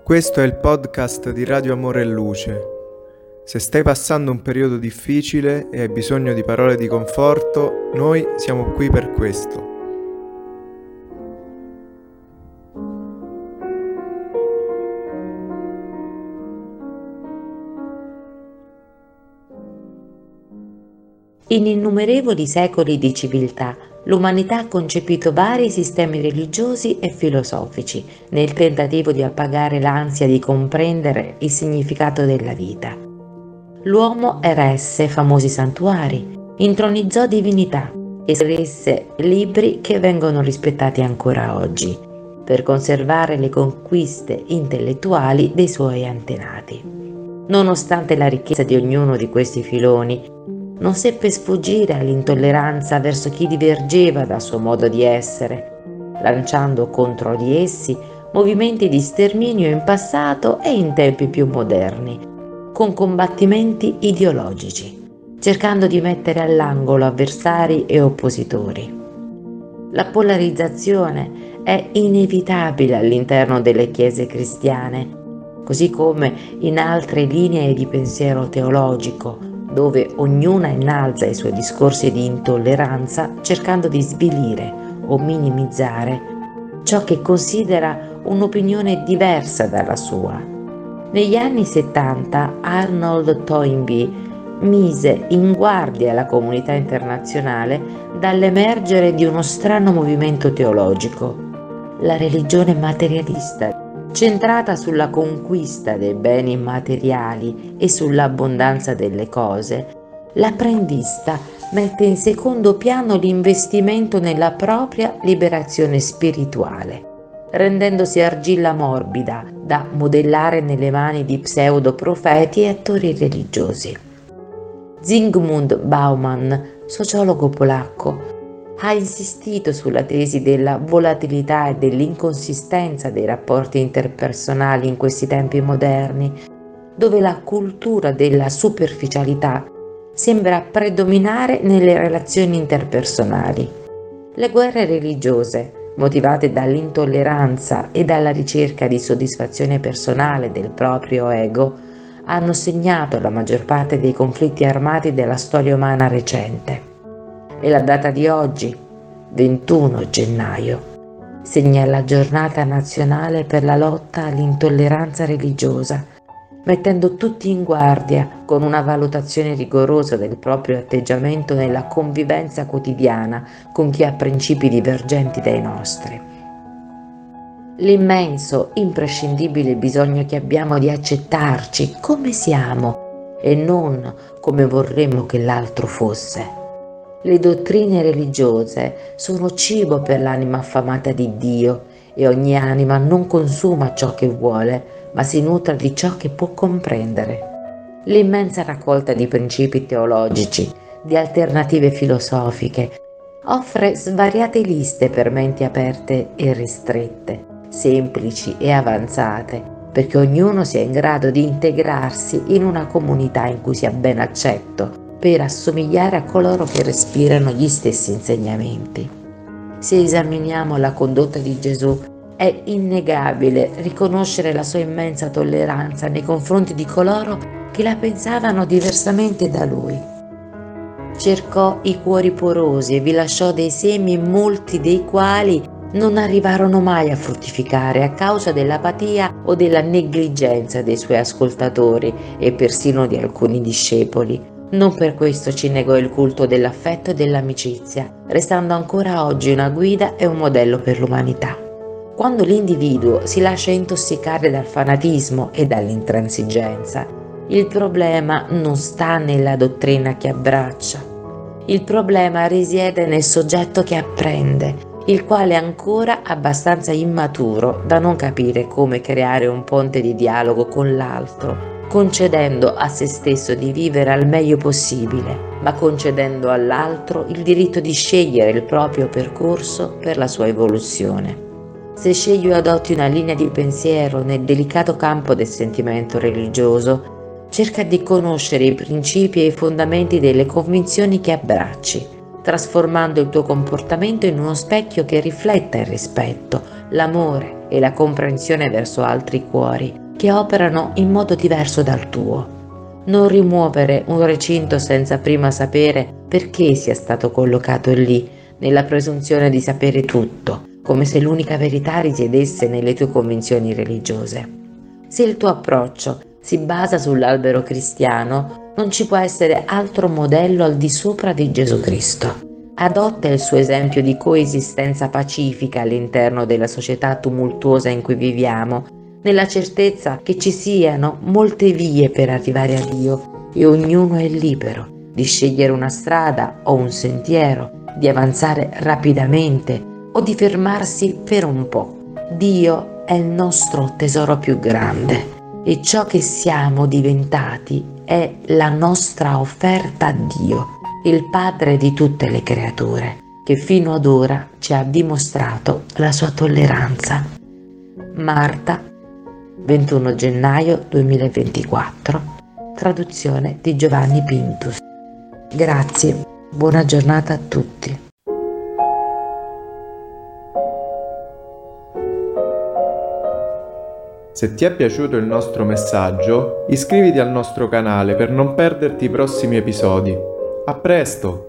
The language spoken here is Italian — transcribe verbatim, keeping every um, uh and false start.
Questo è il podcast di Radio Amore e Luce. Se stai passando un periodo difficile e hai bisogno di parole di conforto, noi siamo qui per questo. In innumerevoli secoli di civiltà, l'umanità ha concepito vari sistemi religiosi e filosofici nel tentativo di appagare l'ansia di comprendere il significato della vita. L'uomo eresse famosi santuari, intronizzò divinità e scrisse libri che vengono rispettati ancora oggi, per conservare le conquiste intellettuali dei suoi antenati. Nonostante la ricchezza di ognuno di questi filoni, non seppe sfuggire all'intolleranza verso chi divergeva dal suo modo di essere, lanciando contro di essi movimenti di sterminio in passato e in tempi più moderni, con combattimenti ideologici, cercando di mettere all'angolo avversari e oppositori. La polarizzazione è inevitabile all'interno delle chiese cristiane, così come in altre linee di pensiero teologico, dove ognuna innalza i suoi discorsi di intolleranza cercando di svilire o minimizzare ciò che considera un'opinione diversa dalla sua. Negli anni settanta Arnold Toynbee mise in guardia la comunità internazionale dall'emergere di uno strano movimento teologico, la religione materialista, centrata sulla conquista dei beni materiali e sull'abbondanza delle cose. L'apprendista mette in secondo piano l'investimento nella propria liberazione spirituale, rendendosi argilla morbida da modellare nelle mani di pseudo-profeti e attori religiosi. Zygmunt Bauman, sociologo polacco, ha insistito sulla tesi della volatilità e dell'inconsistenza dei rapporti interpersonali in questi tempi moderni, dove la cultura della superficialità sembra predominare nelle relazioni interpersonali. Le guerre religiose, motivate dall'intolleranza e dalla ricerca di soddisfazione personale del proprio ego, hanno segnato la maggior parte dei conflitti armati della storia umana recente. E la data di oggi, ventuno gennaio, segna la giornata nazionale per la lotta all'intolleranza religiosa, mettendo tutti in guardia con una valutazione rigorosa del proprio atteggiamento nella convivenza quotidiana con chi ha principi divergenti dai nostri. L'immenso, imprescindibile bisogno che abbiamo di accettarci come siamo e non come vorremmo che l'altro fosse. Le dottrine religiose sono cibo per l'anima affamata di Dio e ogni anima non consuma ciò che vuole, ma si nutre di ciò che può comprendere. L'immensa raccolta di principi teologici, di alternative filosofiche, offre svariate liste per menti aperte e ristrette, semplici e avanzate, perché ognuno sia in grado di integrarsi in una comunità in cui sia ben accetto, per assomigliare a coloro che respirano gli stessi insegnamenti. Se esaminiamo la condotta di Gesù, è innegabile riconoscere la sua immensa tolleranza nei confronti di coloro che la pensavano diversamente da lui. Cercò i cuori porosi e vi lasciò dei semi, molti dei quali non arrivarono mai a fruttificare a causa dell'apatia o della negligenza dei suoi ascoltatori e persino di alcuni discepoli. Non per questo ci negò il culto dell'affetto e dell'amicizia, restando ancora oggi una guida e un modello per l'umanità. Quando l'individuo si lascia intossicare dal fanatismo e dall'intransigenza, il problema non sta nella dottrina che abbraccia. Il problema risiede nel soggetto che apprende, il quale è ancora abbastanza immaturo da non capire come creare un ponte di dialogo con l'altro, concedendo a se stesso di vivere al meglio possibile, ma concedendo all'altro il diritto di scegliere il proprio percorso per la sua evoluzione. Se scegli o adotti una linea di pensiero nel delicato campo del sentimento religioso, cerca di conoscere i principi e i fondamenti delle convinzioni che abbracci, trasformando il tuo comportamento in uno specchio che rifletta il rispetto, l'amore e la comprensione verso altri cuori, che operano in modo diverso dal tuo. Non rimuovere un recinto senza prima sapere perché sia stato collocato lì, nella presunzione di sapere tutto, come se l'unica verità risiedesse nelle tue convinzioni religiose. Se il tuo approccio si basa sull'albero cristiano, non ci può essere altro modello al di sopra di Gesù Cristo. Adotta il suo esempio di coesistenza pacifica all'interno della società tumultuosa in cui viviamo, nella certezza che ci siano molte vie per arrivare a Dio e ognuno è libero di scegliere una strada o un sentiero, di avanzare rapidamente o di fermarsi per un po'. Dio è il nostro tesoro più grande e ciò che siamo diventati è la nostra offerta a Dio, il Padre di tutte le creature, che fino ad ora ci ha dimostrato la sua tolleranza. Marta, ventuno gennaio duemilaventiquattro, traduzione di Giovanni Pintus. Grazie, buona giornata a tutti. Se ti è piaciuto il nostro messaggio, iscriviti al nostro canale per non perderti i prossimi episodi. A presto!